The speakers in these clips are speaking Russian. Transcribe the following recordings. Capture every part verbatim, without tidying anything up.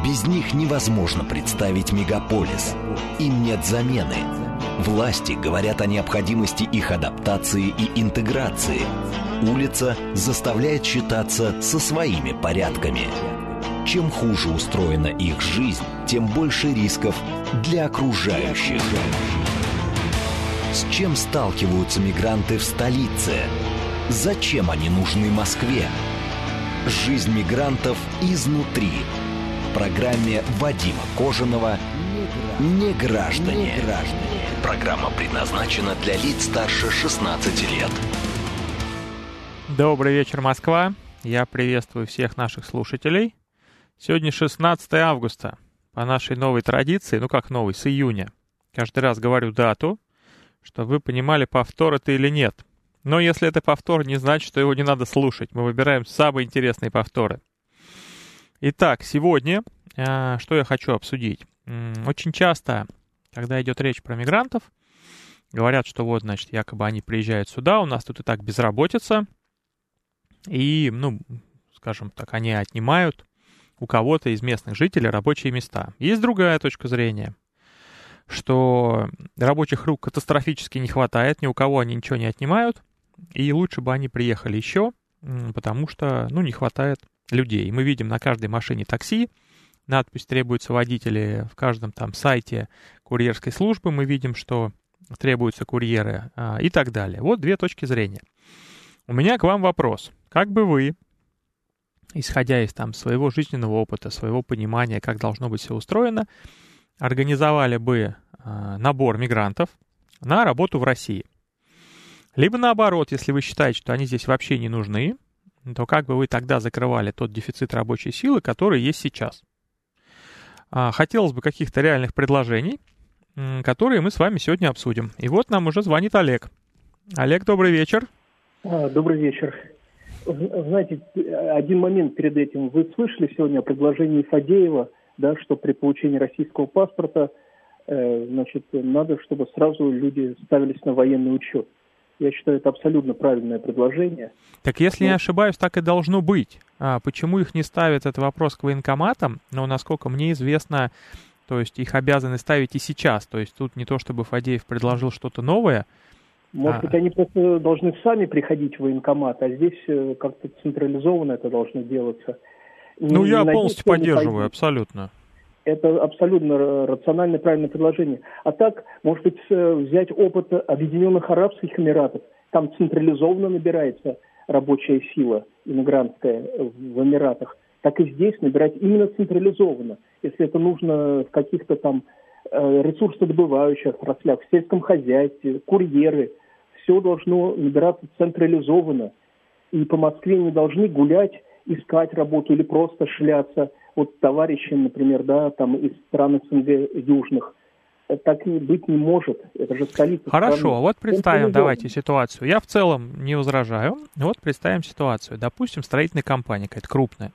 Без них невозможно представить мегаполис. Им нет замены. Власти говорят о необходимости их адаптации и интеграции. Улица заставляет считаться со своими порядками. Чем хуже устроена их жизнь, тем больше рисков для окружающих. С чем сталкиваются мигранты в столице? Зачем они нужны Москве? Жизнь мигрантов изнутри. В программе Вадима Кожаного «Неграждане». Программа предназначена для лиц старше шестнадцати лет. Добрый вечер, Москва. Я приветствую всех наших слушателей. Сегодня шестнадцатое августа. По нашей новой традиции, ну как новой, с июня. Каждый раз говорю дату, чтобы вы понимали, повтор это или нет. Но если это повтор, не значит, что его не надо слушать. Мы выбираем самые интересные повторы. Итак, сегодня, э, что я хочу обсудить. Очень часто, когда идет речь про мигрантов, говорят, что вот, значит, якобы они приезжают сюда, у нас тут и так безработица, и, ну, скажем так, они отнимают у кого-то из местных жителей рабочие места. Есть другая точка зрения, что рабочих рук катастрофически не хватает, ни у кого они ничего не отнимают, и лучше бы они приехали еще, потому что, ну, не хватает людей. Мы видим на каждой машине такси надпись «Требуются водители», в каждом там сайте курьерской службы мы видим, что требуются курьеры а, и так далее. Вот две точки зрения. У меня к вам вопрос. Как бы вы, исходя из там своего жизненного опыта, своего понимания, как должно быть все устроено, организовали бы а, набор мигрантов на работу в России? Либо наоборот, если вы считаете, что они здесь вообще не нужны, то как бы вы тогда закрывали тот дефицит рабочей силы, который есть сейчас? А, хотелось бы каких-то реальных предложений, которые мы с вами сегодня обсудим. И вот нам уже звонит Олег. Олег, добрый вечер. Добрый вечер. Знаете, один момент перед этим. Вы слышали сегодня о предложении Фадеева, да, что при получении российского паспорта, э, значит, надо, чтобы сразу люди ставились на военный учет. Я считаю, это абсолютно правильное предложение. Так если Но... не ошибаюсь, так и должно быть. А почему их не ставят, это вопрос к военкоматам, но, насколько мне известно, то есть их обязаны ставить и сейчас. То есть тут не то, чтобы Фадеев предложил что-то новое. Может быть, а... они просто должны сами приходить в военкомат, а здесь как-то централизованно это должно делаться. Ну, не, я не полностью поддерживаю, абсолютно. Это абсолютно рациональное, правильное предложение. А так, может быть, взять опыт Объединенных Арабских Эмиратов. Там централизованно набирается рабочая сила иммигрантская в Эмиратах. Так и здесь набирать именно централизованно. Если это нужно в каких-то там ресурсодобывающих отраслях, в сельском хозяйстве, курьеры, все должно набираться централизованно. И по Москве не должны гулять, искать работу или просто шляться. Вот товарищи, например, да, там из стран СНГ южных. Так не быть не может. Это же столица. Хорошо, страны. вот представим, давайте, ситуацию. Я в целом не возражаю. Вот представим ситуацию. Допустим, строительная компания какая-то крупная.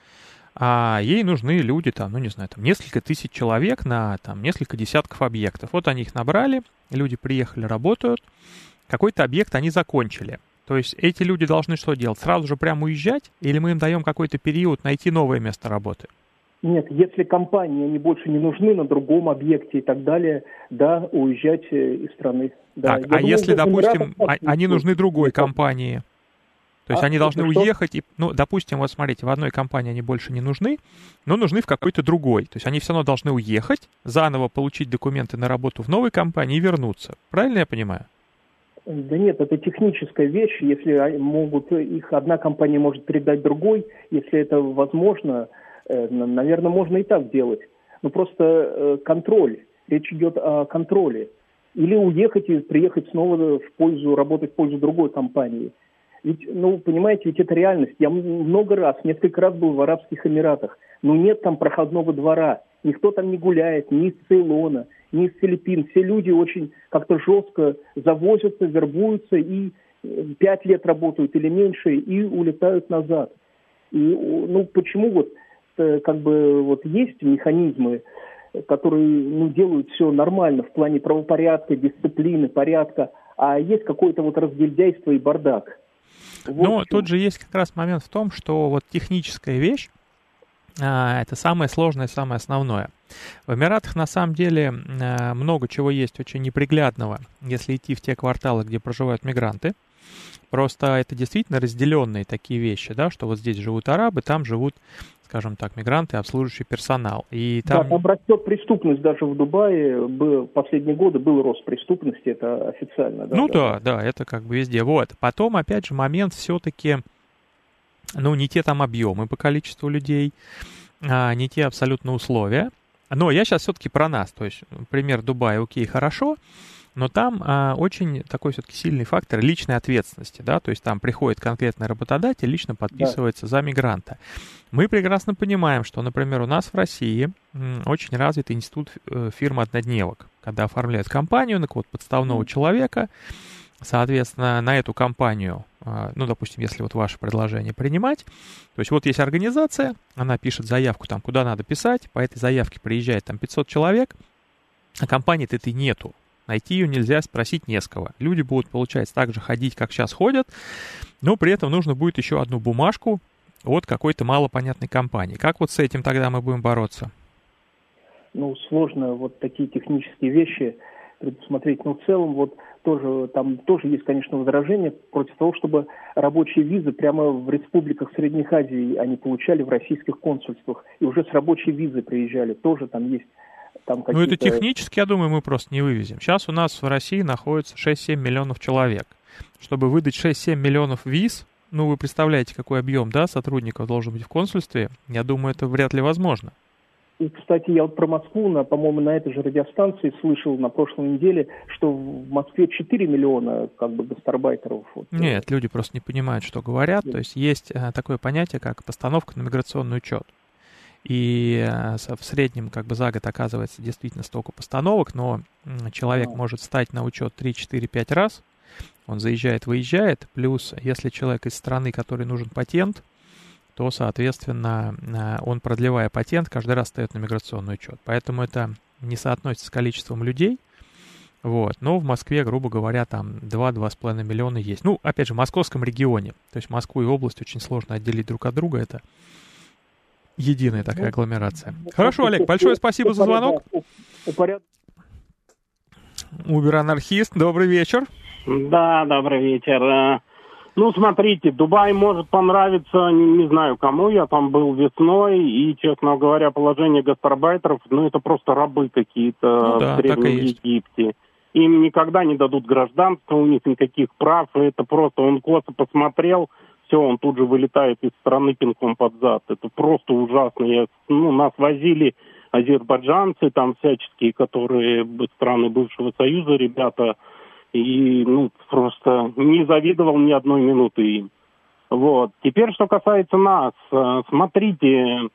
А ей нужны люди, там, ну не знаю, там несколько тысяч человек на там несколько десятков объектов. Вот они их набрали, люди приехали, работают. Какой-то объект они закончили. То есть эти люди должны что делать? Сразу же прямо уезжать? Или мы им даем какой-то период найти новое место работы? Нет, если компании они больше не нужны на другом объекте и так далее, да, уезжать из страны. Да. Так, а думаю, если, допустим, а, они нужны другой компании? То есть а, они должны уехать, и, ну, допустим, вот смотрите, в одной компании они больше не нужны, но нужны в какой-то другой. То есть они все равно должны уехать, заново получить документы на работу в новой компании и вернуться. Правильно я понимаю? Да нет, это техническая вещь. Если могут, их одна компания может передать другой, если это возможно, наверное, можно и так делать. Но просто контроль. Речь идет о контроле. Или уехать и приехать снова в пользу, работать в пользу другой компании. Ведь, ну, понимаете, ведь это реальность. Я много раз, несколько раз был в Арабских Эмиратах. Но нет там проходного двора. Никто там не гуляет, ни из Цейлона, ни из Филиппин. Все люди очень как-то жестко завозятся, вербуются и пять лет работают или меньше и улетают назад. И, ну, почему вот как бы вот есть механизмы, которые, ну, делают все нормально в плане правопорядка, дисциплины, порядка, а есть какое-то вот разгильдяйство и бардак. Вот. Но тут же есть как раз момент в том, что вот техническая вещь, это самое сложное, самое основное. В Эмиратах на самом деле много чего есть очень неприглядного, если идти в те кварталы, где проживают мигранты. Просто это действительно разделенные такие вещи, да, что вот здесь живут арабы, там живут, скажем так, мигранты, обслуживающий персонал. И там... Да, там растет преступность даже в Дубае. Был, последние годы был рост преступности, это официально. Да, ну да, да, да, это как бы везде. Вот. Потом, опять же, момент все-таки, ну, не те там объемы по количеству людей, а, не те абсолютно условия. Но я сейчас все-таки про нас. То есть, пример Дубая, окей, хорошо. Но там а, очень такой все-таки сильный фактор личной ответственности, да, то есть там приходит конкретный работодатель, лично подписывается да. за мигранта. Мы прекрасно понимаем, что, например, у нас в России м, очень развит институт э, фирм-однодневок, когда оформляют компанию на какого-то подставного mm. человека, соответственно, на эту компанию, э, ну, допустим, если вот ваше предложение принимать, то есть вот есть организация, она пишет заявку там, куда надо писать, по этой заявке приезжает там пятьсот человек, а компании-то этой нету. Найти ее нельзя, спросить не с кого. Люди будут, получается, так же ходить, как сейчас ходят, но при этом нужно будет еще одну бумажку от какой-то малопонятной компании. Как вот с этим тогда мы будем бороться? Ну, сложно вот такие технические вещи предусмотреть. Но в целом вот тоже там тоже есть, конечно, возражения против того, чтобы рабочие визы прямо в республиках Средней Азии они получали в российских консульствах. И уже с рабочей визы приезжали. Тоже там есть... Там ну, это технически, я думаю, мы просто не вывезем. Сейчас у нас в России находится шесть-семь миллионов человек. Чтобы выдать шесть-семь миллионов виз, ну, вы представляете, какой объем, да, сотрудников должен быть в консульстве, я думаю, это вряд ли возможно. И, кстати, я вот про Москву, на, по-моему, на этой же радиостанции слышал на прошлой неделе, что в Москве четыре миллиона как бы гастарбайтеров. Вот. Нет, люди просто не понимают, что говорят. Нет. То есть есть такое понятие, как постановка на миграционный учет. И в среднем как бы за год оказывается действительно столько постановок, но человек а. может встать на учет три, четыре, пять раз, он заезжает, выезжает, плюс если человек из страны, которой нужен патент, то, соответственно, он, продлевая патент, каждый раз встает на миграционный учет. Поэтому это не соотносится с количеством людей. Вот. Но в Москве, грубо говоря, там два-два с половиной миллиона есть. Ну, опять же, в московском регионе. То есть Москву и область очень сложно отделить друг от друга. Это единая такая агломерация. Хорошо, Олег, большое спасибо за звонок. Убер-анархист, добрый вечер. Да, добрый вечер. Ну, смотрите, Дубай может понравиться, не, не знаю кому, я там был весной, и, честно говоря, положение гастарбайтеров, ну, это просто рабы какие-то ну, да, в Древнем Египте. Им никогда не дадут гражданства, у них никаких прав, это просто он косо посмотрел, все, он тут же вылетает из страны пинком под зад. Это просто ужасно. Я, ну, нас возили азербайджанцы, там всяческие, которые страны бывшего Союза, ребята, и, ну, просто не завидовал ни одной минуты им. Вот. Теперь, что касается нас. Смотрите,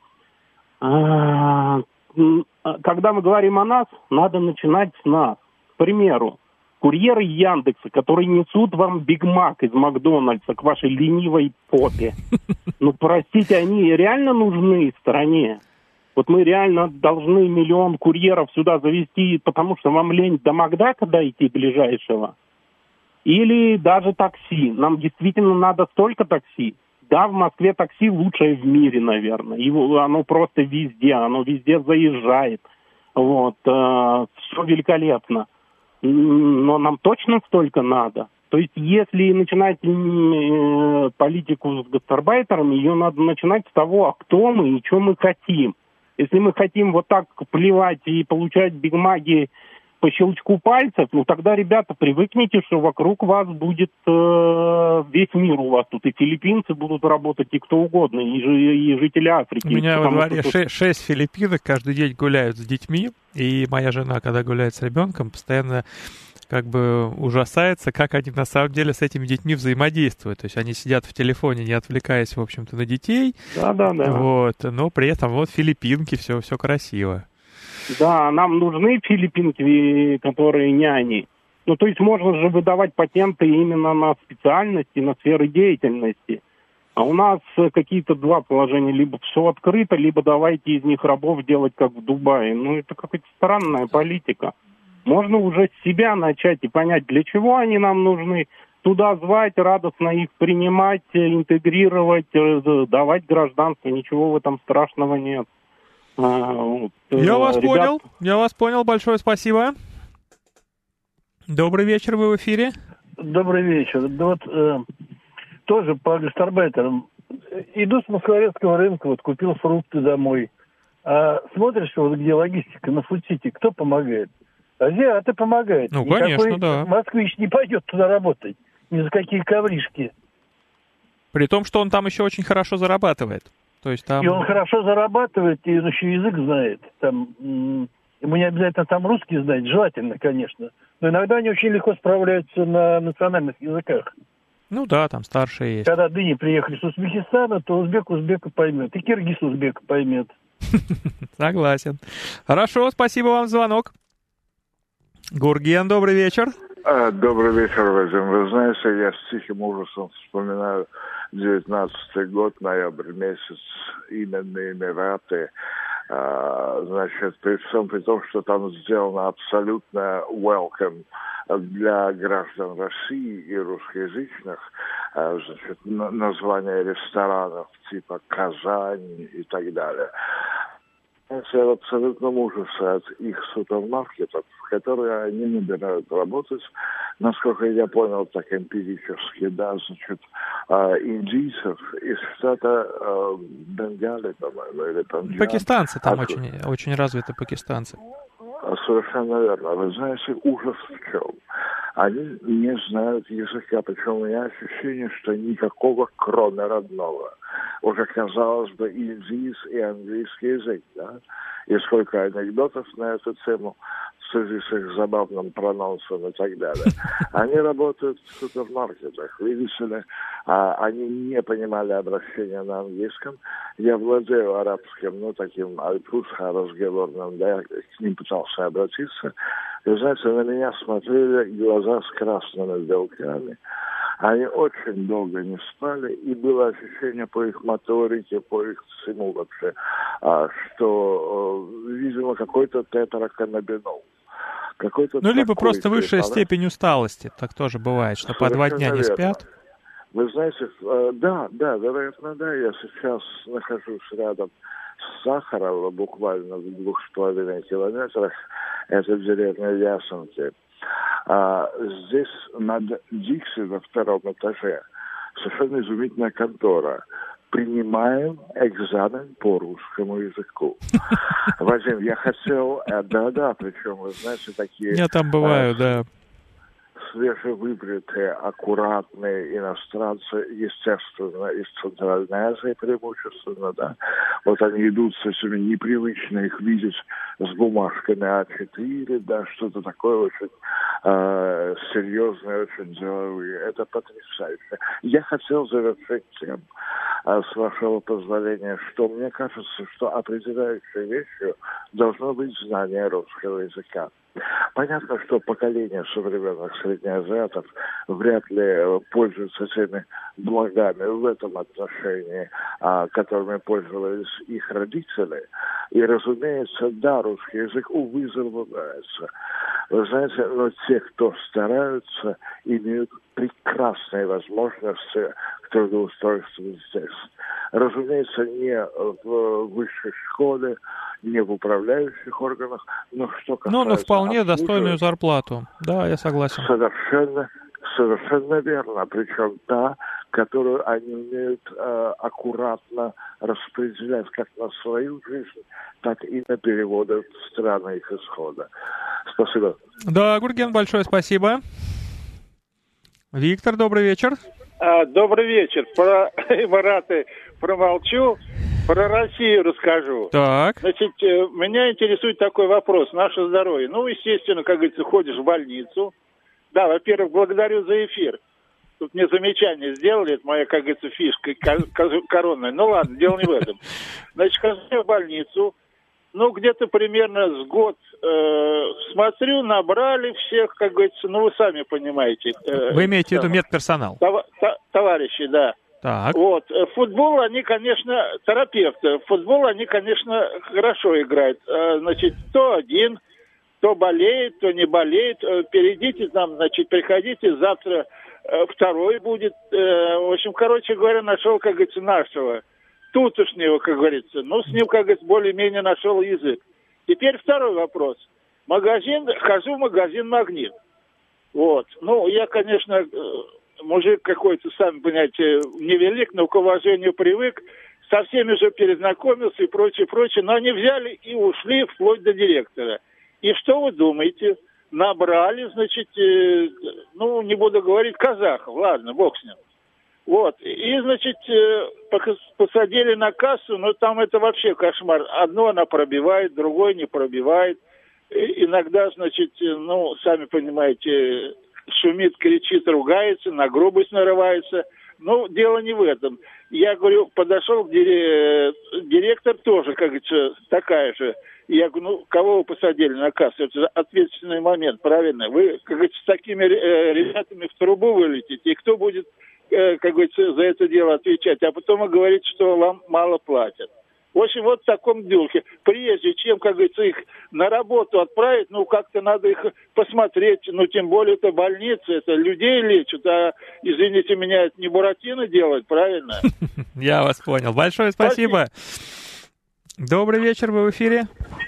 когда мы говорим о нас, надо начинать с нас. К примеру, курьеры Яндекса, которые несут вам Биг Мак из Макдональдса к вашей ленивой попе. Ну, простите, они реально нужны стране? Вот мы реально должны миллион курьеров сюда завести, потому что вам лень до Макдака дойти ближайшего? Или даже такси. Нам действительно надо столько такси. Да, в Москве такси лучшее в мире, наверное. Его, оно просто везде, оно везде заезжает. Вот, э, все великолепно. Но нам точно столько надо. То есть, если начинать э, политику с гастарбайтерами, ее надо начинать с того, а кто мы и что мы хотим. Если мы хотим вот так плевать и получать бигмаги по щелчку пальцев, ну тогда, ребята, привыкните, что вокруг вас будет э, весь мир у вас тут. И филиппинцы будут работать, и кто угодно, и, и жители Африки. У меня во дворе что... шесть филиппинок каждый день гуляют с детьми, и моя жена, когда гуляет с ребенком, постоянно как бы ужасается, как они на самом деле с этими детьми взаимодействуют. То есть они сидят в телефоне, не отвлекаясь, в общем-то, на детей. Да, да, да. Вот, но при этом вот филиппинки, все, все красиво. Да, нам нужны филиппинки, которые няни. Ну, то есть можно же выдавать патенты именно на специальности, на сферы деятельности. А у нас какие-то два положения. Либо все открыто, либо давайте из них рабов делать, как в Дубае. Ну, это какая-то странная политика. Можно уже с себя начать и понять, для чего они нам нужны, туда звать, радостно их принимать, интегрировать, давать гражданство. Ничего в этом страшного нет. Вот. Я вас Ребят... понял, я вас понял, большое спасибо. Добрый вечер, вы в эфире. Добрый вечер. Да вот э, тоже по гастарбайтерам. Иду с Москворецкого рынка, вот купил фрукты домой. А смотришь, вот где логистика, на фудсити, кто помогает? Азиаты помогают. Ну, Никакой конечно, да. москвич не пойдет туда работать. Ни за какие ковришки. При том, что он там еще очень хорошо зарабатывает. То есть там... И он хорошо зарабатывает, и он еще язык знает. Там, м- ему не обязательно там русский знать, желательно, конечно. Но иногда они очень легко справляются на национальных языках. Ну да, там старшие есть. Когда дыни приехали с Узбекистана, то узбек узбека поймет, и киргиз узбека поймет. Согласен. Хорошо, спасибо вам за звонок. Гурген, добрый вечер. Добрый вечер, Вадим. Вы знаете, я с тихим ужасом вспоминаю девятнадцатый год, ноябрь месяц, именно Эмираты. А, значит, при всем при том, что там сделано абсолютно welcome для граждан России и русскоязычных, а, значит, названия ресторанов типа «Казань» и так далее. Я в абсолютном ужасе от их супермаркетов, в которые они набирают работать. Насколько я понял, так эмпирически, да, значит, индийцев из штата Бенгали, по-моему, или Панджаб. Пакистанцы там От... очень, очень развиты пакистанцы. Совершенно верно. Вы знаете, ужас в чем? Они не знают языка, причем у меня ощущение, что никакого, кроме родного. Уже, казалось бы, и индийский, и английский язык, да? И сколько анекдотов на эту тему в связи с их забавным прононсом и так далее. Они работают в супермаркетах. Видите ли, а, они не понимали обращения на английском. Я владею арабским, ну, таким аль-Фусха разговорным, да, я к ним пытался обратиться. Вы знаете, на меня смотрели глаза с красными белками. Они очень долго не спали, и было ощущение по их моторике, по их всему вообще, что, видимо, какой-то тетраканнабинол. Какой-то ну, либо просто высшая препарат. Степень усталости. Так тоже бывает, что по два дня не спят. Вы знаете, да, да, вероятно, да, я сейчас нахожусь рядом с Сахарово, буквально в двух с половиной километрах, это деревня Ясенки. А здесь над Дикси на втором этаже совершенно изумительная контора. Принимаем экзамен по русскому языку. Вадим, я хотел... Да-да, причем, вы знаете, такие... Я там бываю, да. Свежевыбритые, аккуратные иностранцы, естественно, из Центральной Азии преимущественно, да. Вот они идут с этими непривычно их видеть с бумажками а четыре, да, что-то такое очень э, серьезное, очень деловые. Это потрясающе. Я хотел завершить тем, э, с вашего позволения, что мне кажется, что определяющей вещью должно быть знание русского языка. Понятно, что поколение современных среднеазиатов вряд ли пользуются теми благами в этом отношении, а, которыми пользовались их родители. И, разумеется, да, русский язык, увы, забывается. Вы знаете, но те, кто стараются, имеют прекрасные возможности к трудоустройству здесь. Разумеется, не в высшей школе, не в управляющих органах, но что касается... Ну, но вполне достойную зарплату. Да, я согласен. Совершенно, совершенно верно. Причем та, которую они умеют э, аккуратно распределять как на свою жизнь, так и на переводы в страны их исхода. Спасибо. Да, Гурген, большое спасибо. Виктор, добрый вечер. А, добрый вечер. Про Эмираты промолчу, про Россию расскажу. Так. Значит, меня интересует такой вопрос. Наше здоровье. Ну, естественно, как говорится, ходишь в больницу. Да, во-первых, благодарю за эфир. Тут мне замечание сделали, это моя, как говорится, фишка коронная. Ну ладно, дело не в этом. Значит, хожу в больницу. Ну, где-то примерно с год э, смотрю, набрали всех, как говорится, ну, вы сами понимаете. Э, вы имеете в виду медперсонал? Тов, то, товарищи, да. Так. Вот. Футбол, они, конечно, терапевты. Футбол, они, конечно, хорошо играют. Значит, то один, то болеет, то не болеет. Перейдите там, значит, приходите завтра второй будет. В общем, короче говоря, нашел, как говорится, нашего, тутошнего, как говорится. Ну, с ним, как говорится, более-менее нашел язык. Теперь второй вопрос. Магазин, хожу в магазин «Магнит». Вот. Ну, я, конечно, мужик какой-то, сами понимаете, невелик, но к уважению привык. Со всеми же перезнакомился и прочее, прочее. Но они взяли и ушли вплоть до директора. И что вы думаете? Набрали, значит, э, ну, не буду говорить, казахов. Ладно, бог с ним. Вот. И, значит, э, посадили на кассу, но там это вообще кошмар. Одно она пробивает, другое не пробивает. И, иногда, значит, э, ну, сами понимаете, шумит, кричит, ругается, на грубость нарывается. Ну, дело не в этом. Я говорю, подошел к дире... директор тоже, как говорится, такая же. Я говорю, ну, кого вы посадили на кассу? Это ответственный момент, правильно? Вы, как говорится, с такими э, ребятами в трубу вылетите. И кто будет, э, как говорится, за это дело отвечать? А потом вы говорите, что вам мало платят. В общем, вот в таком духе. Прежде чем, как говорится, их на работу отправить, ну, как-то надо их посмотреть. Ну, тем более, это больница, это людей лечат. А, извините меня, это не Буратино делает, правильно? Я вас понял. Большое спасибо. Добрый вечер, вы в эфире.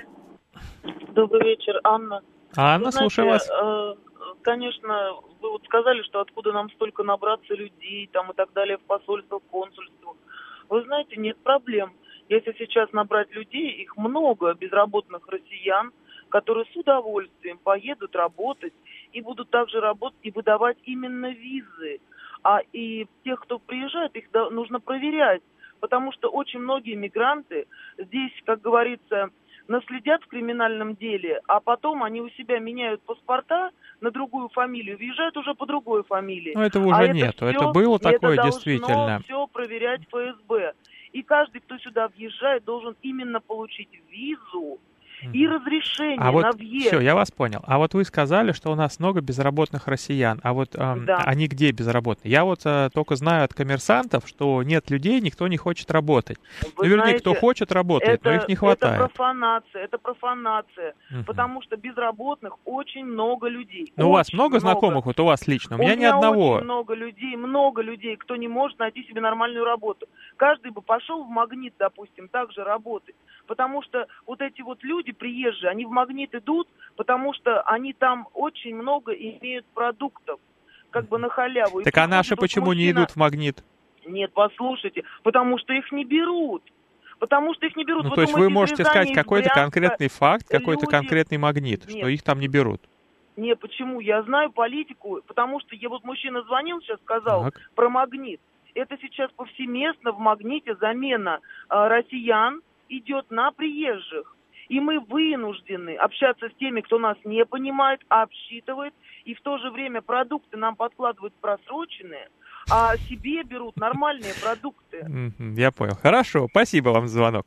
Добрый вечер, Анна. Анна, знаете, слушаю вас. Конечно, вы вот сказали, что откуда нам столько набраться людей там и так далее в посольствах, консульствах. Вы знаете, нет проблем. Если сейчас набрать людей, их много, безработных россиян, которые с удовольствием поедут работать и будут также работать и выдавать именно визы. А и тех, кто приезжает, их нужно проверять, потому что очень многие мигранты здесь, как говорится, наследят в криминальном деле, а потом они у себя меняют паспорта на другую фамилию, въезжают уже по другой фамилии. Но этого уже а нет, это, это было такое это действительно. Это все проверять эф эс бэ. И каждый, кто сюда въезжает, должен именно получить визу и разрешение а вот на въезд. Все, я вас понял. А вот вы сказали, что у нас много безработных россиян. А вот эм, да. они где безработные? Я вот э, только знаю от коммерсантов, что нет людей, никто не хочет работать. Вы ну, вернее, знаете, кто хочет, работает, это, но их не хватает. Это профанация, это профанация. Угу. Потому что безработных очень много людей. Но у вас много, много знакомых? Вот у вас лично? У, у меня, меня ни одного. очень много людей, много людей, кто не может найти себе нормальную работу. Каждый бы пошел в «Магнит», допустим, также работать. Потому что вот эти вот люди приезжие, они в «Магнит» идут, потому что они там очень много имеют продуктов, как бы на халяву. Так а наши почему мужчина... не идут в «Магнит»? Нет, послушайте, потому что их не берут. Потому что их не берут. Ну, вы то есть думаете, вы можете сказать какой-то Брянска, конкретный факт, какой-то люди... конкретный «Магнит», Нет. что их там не берут? Не, почему? Я знаю политику, потому что я вот мужчина звонил сейчас, сказал так. про «Магнит». Это сейчас повсеместно в «Магните» замена э, россиян идет на приезжих. И мы вынуждены общаться с теми, кто нас не понимает, а обсчитывает, и в то же время продукты нам подкладывают просроченные, а себе берут нормальные продукты. Я понял. Хорошо, спасибо вам за звонок.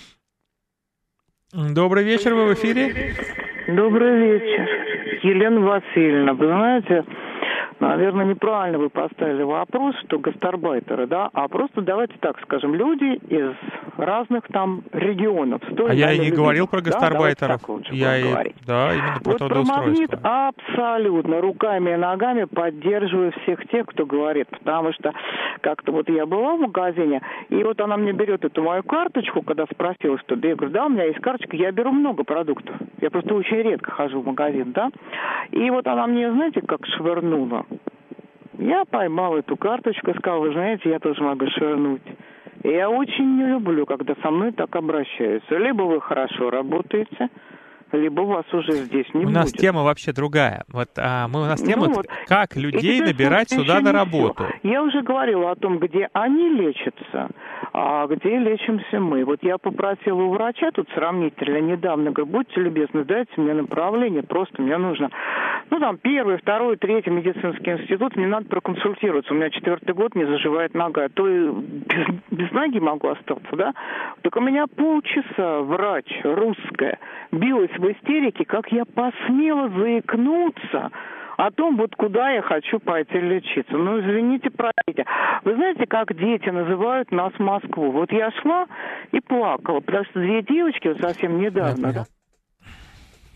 Добрый вечер, вы в эфире. Добрый вечер. Елена Васильевна, вы знаете, наверное, неправильно вы поставили вопрос, что гастарбайтеры, да, а просто давайте так скажем, люди из разных там регионов. А я и не говорил про гастарбайтеров. Да, я и, да, именно про вот трудоустройство. Про «Магнит» абсолютно руками и ногами поддерживаю всех тех, кто говорит, потому что как-то вот я была в магазине, и вот она мне берет эту мою карточку, когда спросила, что, да, я говорю, да, у меня есть карточка, я беру много продуктов. Я просто очень редко хожу в магазин, да. И вот она мне, знаете, как швырнула. Я поймал эту карточку и сказал, вы знаете, я тоже могу швырнуть. И я очень не люблю, когда со мной так обращаются. Либо вы хорошо работаете, либо вас уже здесь не у будет. У нас тема вообще другая. Вот а, мы у нас тема, ну, вот, как людей набирать сюда на работу. Все. Я уже говорила о том, где они лечатся, а где лечимся мы. Вот я попросила у врача тут сравнительно недавно, говорю, будьте любезны, дайте мне направление, просто мне нужно, ну там первый, второй, третий медицинский институт, мне надо проконсультироваться. У меня четвертый год не заживает нога, то и без, без ноги могу остаться, да? Так у меня полчаса врач русская билась в истерике, как я посмела заикнуться о том, вот куда я хочу пойти лечиться. Ну, извините, простите. Вы знаете, как дети называют нас Москву? Вот я шла и плакала, потому что две девочки вот совсем недавно...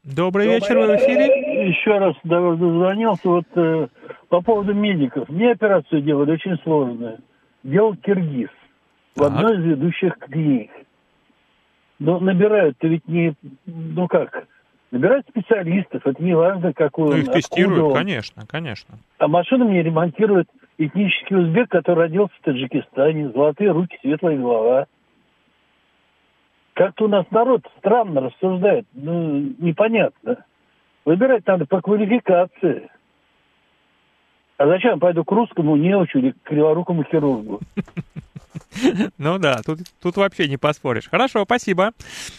Добрый вечер, вы в эфире. Еще раз дозвонился. Вот э, по поводу медиков. Мне операцию делали очень сложную. Делал киргиз в одной из ведущих клиник. Но набирают-то ведь не... Ну как? Набирают специалистов. Это не важно, какой ну, он. их тестируют, он. конечно, конечно. А машину мне ремонтирует этнический узбек, который родился в Таджикистане. Золотые руки, светлая голова. Как-то у нас народ странно рассуждает. Ну, непонятно. Выбирать надо по квалификации. А зачем я пойду к русскому неучу или к криворукому хирургу? Ну да, тут, тут вообще не поспоришь. Хорошо, спасибо.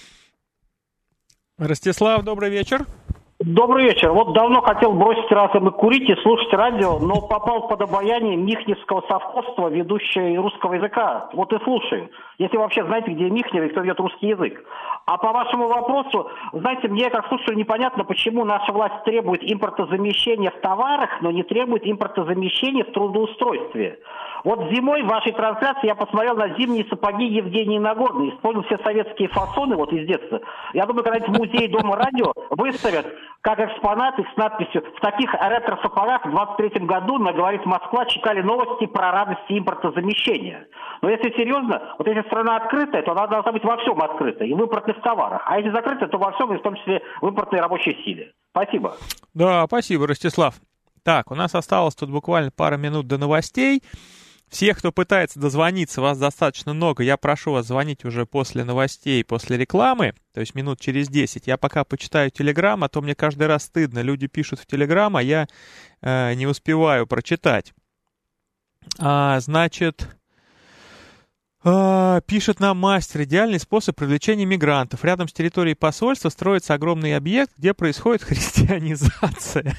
Ростислав, добрый вечер. Добрый вечер. Вот давно хотел бросить разом и курить, и слушать радио, но попал под обаяние михневского совхозства, ведущей русского языка. Вот и слушаю. Если вы вообще знаете, где Михнев и кто ведет русский язык. А по вашему вопросу, знаете, мне как слушателю непонятно, почему наша власть требует импортозамещения в товарах, но не требует импортозамещения в трудоустройстве. Вот зимой в вашей трансляции я посмотрел на зимние сапоги Евгении Нагорной, использовал все советские фасоны вот из детства. Я думаю, когда-нибудь в музее Дома радио выставят как экспонат их с надписью «В таких ретро-сапогах в двадцать третьем году, на «Говорит Москва», читали новости про радости импортозамещения». Но если серьезно, вот если страна открытая, то она должна быть во всем открыта, и в импортных товарах. А если закрытая, то во всем, и в том числе в импортной рабочей силе. Спасибо. Да, спасибо, Ростислав. Так, у нас осталось тут буквально пара минут до новостей. Всех, кто пытается дозвониться, вас достаточно много. Я прошу вас звонить уже после новостей, после рекламы, то есть минут через десять. Я пока почитаю Телеграм, а то мне каждый раз стыдно. Люди пишут в Телеграм, а я э, не успеваю прочитать. А, значит... Uh, пишет нам мастер: идеальный способ привлечения мигрантов. Рядом с территорией посольства строится огромный объект, где происходит христианизация,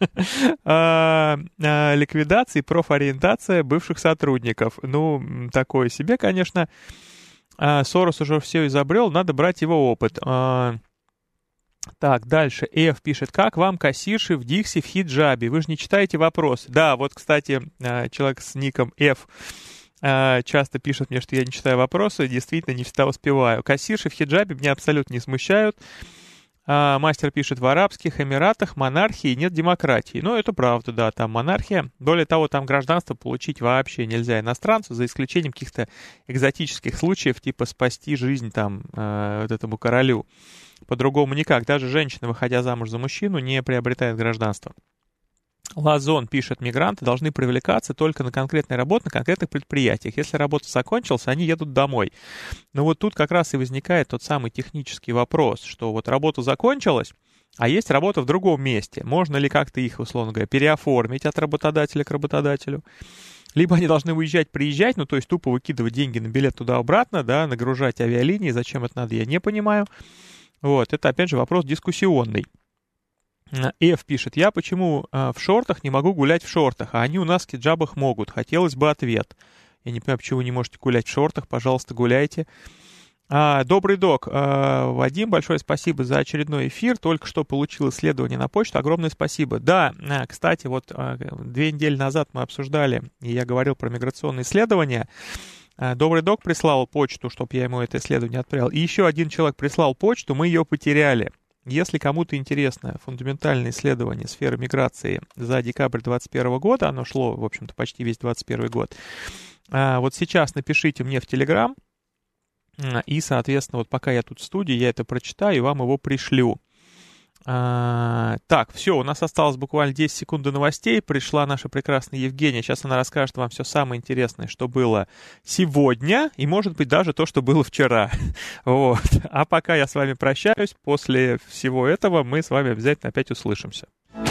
uh, uh, ликвидация и профориентация бывших сотрудников. Ну, такое себе, конечно. Uh, Сорос уже все изобрел, надо брать его опыт. Uh, так, дальше. Ф пишет: как вам кассирши в Дикси в хиджабе? Вы же не читаете вопросы. Да, вот, кстати, uh, человек с ником Ф часто пишет мне, что я не читаю вопросы, действительно не всегда успеваю. Кассирши в хиджабе меня абсолютно не смущают. А, мастер пишет: в Арабских Эмиратах монархии нет демократии. Ну, это правда, да, там монархия. Более того, там гражданство получить вообще нельзя иностранцу, за исключением каких-то экзотических случаев, типа спасти жизнь там э, вот этому королю. По-другому никак. Даже женщина, выходя замуж за мужчину, не приобретает гражданство. Лазон пишет: мигранты должны привлекаться только на конкретные работы, на конкретных предприятиях. Если работа закончилась, они едут домой. Но вот тут как раз и возникает тот самый технический вопрос, что вот работа закончилась, а есть работа в другом месте. Можно ли как-то их, условно говоря, переоформить от работодателя к работодателю? Либо они должны уезжать, приезжать, ну то есть тупо выкидывать деньги на билет туда-обратно, да, нагружать авиалинии. Зачем это надо, я не понимаю. Вот, это опять же вопрос дискуссионный. Ф пишет: я почему э, в шортах не могу гулять в шортах, а они у нас в хиджабах могут? Хотелось бы ответ. Я не понимаю, почему вы не можете гулять в шортах, пожалуйста, гуляйте. А, добрый док, а, Вадим, большое спасибо за очередной эфир, только что получил исследование на почту, огромное спасибо. Да, а, кстати, вот а, две недели назад мы обсуждали, и я говорил про миграционные исследования. А, добрый док прислал почту, чтобы я ему это исследование отправил, и еще один человек прислал почту, мы ее потеряли. Если кому-то интересно фундаментальное исследование сферы миграции за декабрь двадцать первого года, оно шло, в общем-то, почти весь двадцать первый год, вот сейчас напишите мне в Телеграм, и, соответственно, вот пока я тут в студии, я это прочитаю и вам его пришлю. А, так, все, у нас осталось буквально десять секунд до новостей. Пришла наша прекрасная Евгения. Сейчас она расскажет вам все самое интересное, что было сегодня, и, может быть, даже то, что было вчера. Вот. А пока я с вами прощаюсь. После всего этого мы с вами обязательно опять услышимся.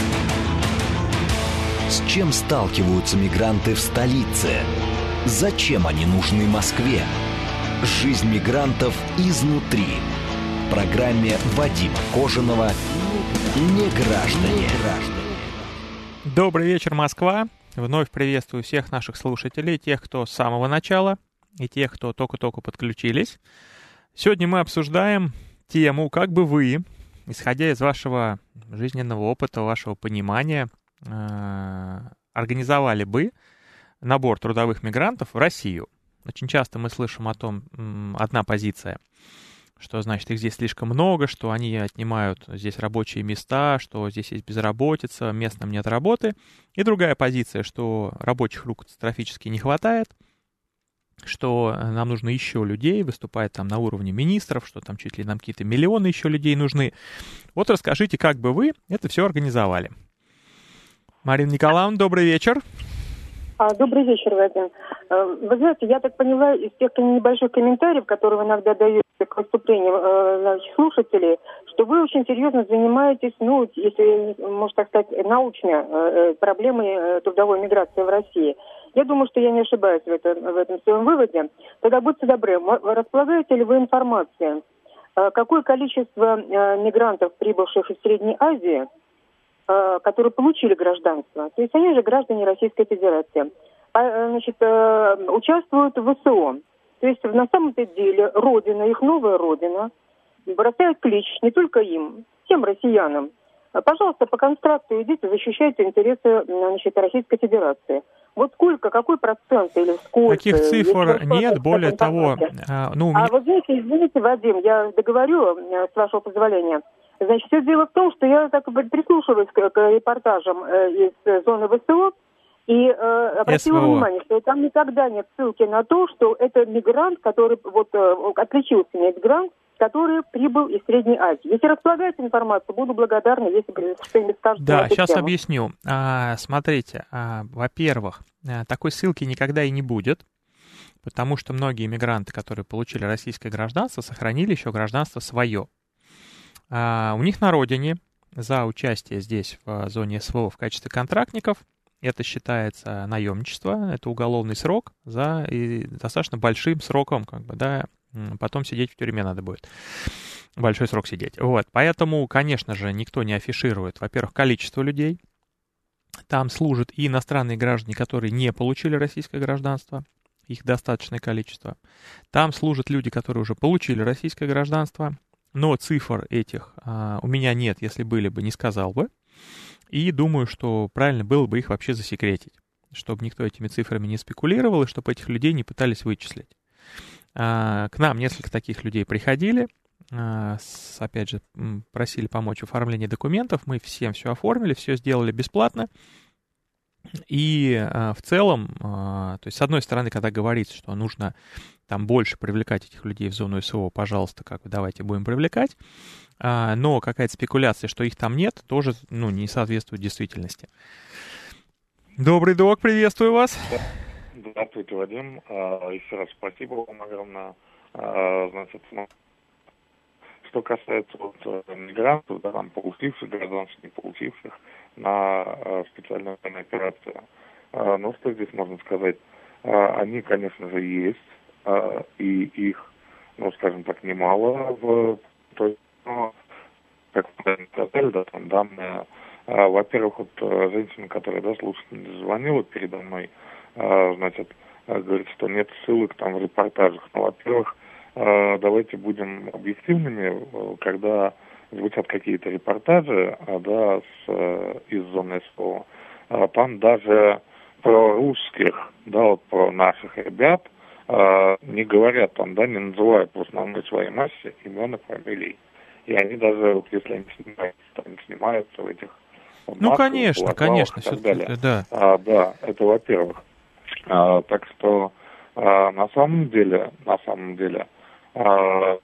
С чем сталкиваются мигранты в столице? Зачем они нужны Москве? Жизнь мигрантов изнутри. В программе Вадима Кожаного «Неграждане». Добрый вечер, Москва. Вновь приветствую всех наших слушателей, тех, кто с самого начала, и тех, кто только-только подключились. Сегодня мы обсуждаем тему, как бы вы, исходя из вашего жизненного опыта, вашего понимания, организовали бы набор трудовых мигрантов в Россию. Очень часто мы слышим о том, одна позиция, что, значит, их здесь слишком много, что они отнимают здесь рабочие места, что здесь есть безработица, местным нет работы. И другая позиция, что рабочих рук катастрофически не хватает, что нам нужно еще людей, выступает там на уровне министров, что там чуть ли нам какие-то миллионы еще людей нужны. Вот расскажите, как бы вы это все организовали. Марина Николаевна, добрый вечер. Добрый вечер, Вадим. Вы знаете, я так поняла из тех небольших комментариев, которые вы иногда даете к выступлениям значит, слушателей, что вы очень серьезно занимаетесь, ну, если, можно так сказать, научно проблемой трудовой миграции в России. Я думаю, что я не ошибаюсь в этом, в этом своем выводе. Тогда будьте добры, располагаете ли вы информацией, какое количество мигрантов, прибывших из Средней Азии, которые получили гражданство, то есть они же граждане Российской Федерации, значит, участвуют в ВСО. То есть на самом-то деле родина, их новая родина, бросает клич не только им, всем россиянам. Пожалуйста, по контракту идите, защищайте интересы, значит, Российской Федерации. Вот сколько, какой процент или сколько? Таких цифр нет, более того... А, ну, а меня... вы знаете, извините, Вадим, я договорю, с вашего позволения. Значит, все дело в том, что я так прислушиваюсь к, к репортажам э, из зоны ВСО и э, обратила СВО. Внимание, что там никогда нет ссылки на то, что это мигрант, который вот э, отличился мигрант, который прибыл из Средней Азии. Если располагаете информацию, буду благодарна, если что-нибудь скажете. Да, сейчас тему. объясню. А, смотрите, а, во-первых, такой ссылки никогда и не будет, потому что многие мигранты, которые получили российское гражданство, сохранили еще гражданство свое. Uh, у них на родине за участие здесь в зоне СВО в качестве контрактников это считается наемничество, это уголовный срок за и достаточно большим сроком, как бы, да, потом сидеть в тюрьме надо будет, большой срок сидеть. Вот, поэтому, конечно же, никто не афиширует, во-первых, количество людей. Там служат и иностранные граждане, которые не получили российское гражданство, их достаточное количество. Там служат люди, которые уже получили российское гражданство. Но цифр этих а, у меня нет, если были бы, не сказал бы. И думаю, что правильно было бы их вообще засекретить, чтобы никто этими цифрами не спекулировал и чтобы этих людей не пытались вычислить. А, к нам несколько таких людей приходили, а, с, опять же, просили помочь в оформлении документов. Мы всем все оформили, все сделали бесплатно. И а, в целом, а, то есть с одной стороны, когда говорится, что нужно там больше привлекать этих людей в зону СВО, пожалуйста, как бы давайте будем привлекать, а, но какая-то спекуляция, что их там нет, тоже, ну, не соответствует действительности. Добрый док, приветствую вас. Здравствуйте, Вадим. Еще раз спасибо вам огромное. Значит, ну, что касается вот мигрантов, да, там получивших гражданство, не получивших на специальную военную операцию, ну, что здесь можно сказать? Они, конечно же, есть. И их, ну, скажем так, немало в той, ну, как вы сказали, да, там данные, а, во-первых, вот женщина, которая, да, слушательница звонила передо мной, а, значит, говорит, что нет ссылок там в репортажах. Ну, во-первых, а, давайте будем объективными, когда звучат какие-то репортажи, а, да, с, из зоны СВО, а, там даже про русских, да, вот про наших ребят, не говорят там, да, не называют в основной своей массе имен и фамилий. И они даже, вот, если они снимаются, там, снимаются в этих... Вот, ну, конечно, конечно. И так далее. Да. А, да, это во-первых. А, так что а, на самом деле, на самом деле, а,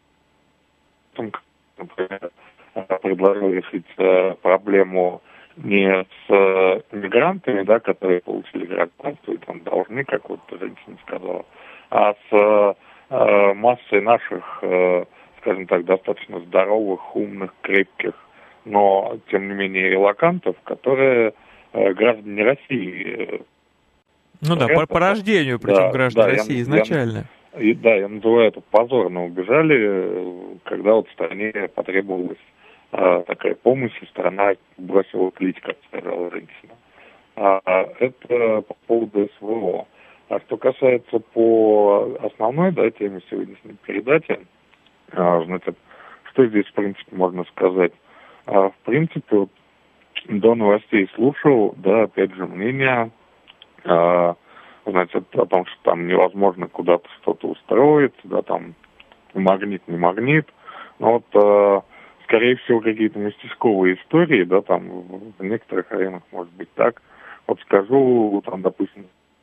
например, предложил решить а, проблему не с а, мигрантами, да, которые получили гражданство и там должны, как вот женщина сказала, а с э, массой наших, э, скажем так, достаточно здоровых, умных, крепких, но, тем не менее, релокантов, которые э, граждане России. Ну да, по, по рождению, причем да, граждане да, России я, изначально. Я, и, да, я называю это позорно убежали, когда вот стране потребовалась э, такая помощь, и страна бросила клич, как сказала женщина. А, это по поводу СВО. А что касается по основной, да, теме сегодняшней передачи, а, значит, что здесь, в принципе, можно сказать? А, в принципе, вот, до новостей слушал, да, опять же, мнение, а, значит, о том, что там невозможно куда-то что-то устроить, да, там магнит, не магнит. Но вот, скорее всего, какие-то местечковые истории, да, там в некоторых районах может быть так. Вот скажу, там, допустим,